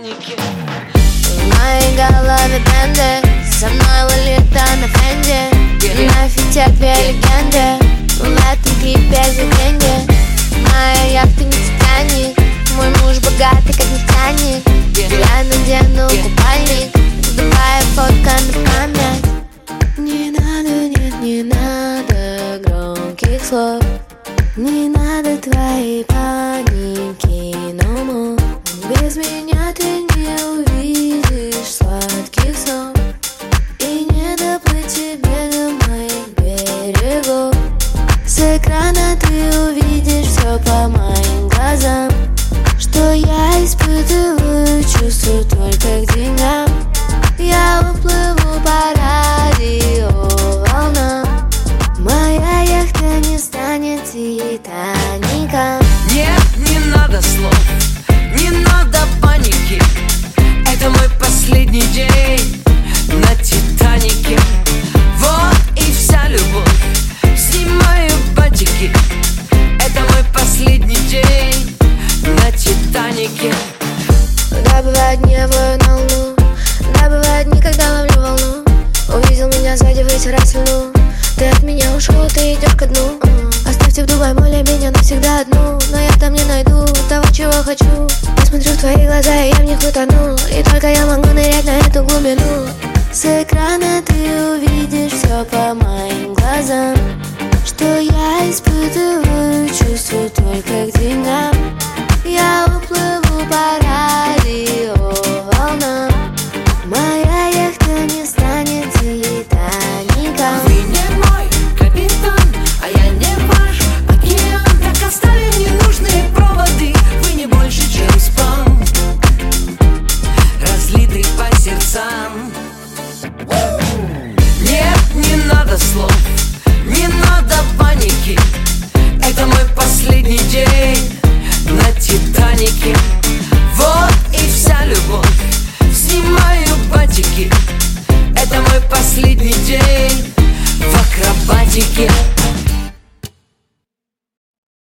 Титанике. В моей голове бенды, со мной Лолита на френде. Нафиг тебе легенды, в этом клипе за деньги. Моя яхта не Титаник, мой муж богатый как нефтяник. Я надену купальник, Дубай фотка на память. Не надо, нет, не надо громких слов, не надо твоей паники, no more. Без меня ты не увидишь сладких снов, и не доплыть тебе до моих берегов. С экрана ты увидишь все по моим глазам, что я испытываю чувства только к деньгам. Я уплыву по радиоволнам, моя яхта не станет Титаником. Нет, не надо слов, не надо паники. Это мой последний день на Титанике. Вот и вся любовь, снимаю батики. Это мой последний день на Титанике. Да, бывают дни, я плыву на луну. Да, бывают дни, когда ловлю волну. Увидел меня сзади, вытирай слюну. Ты от меня ушел, ты идешь ко дну. Оставьте в Дубай море меня навсегда одну. Но я там не найду того, чего хочу. Я смотрю в твои глаза, и я в них утону. И только я могу нырять на эту глубину. С экрана ты увидишь все по моим глазам, что я испытываю чувства только к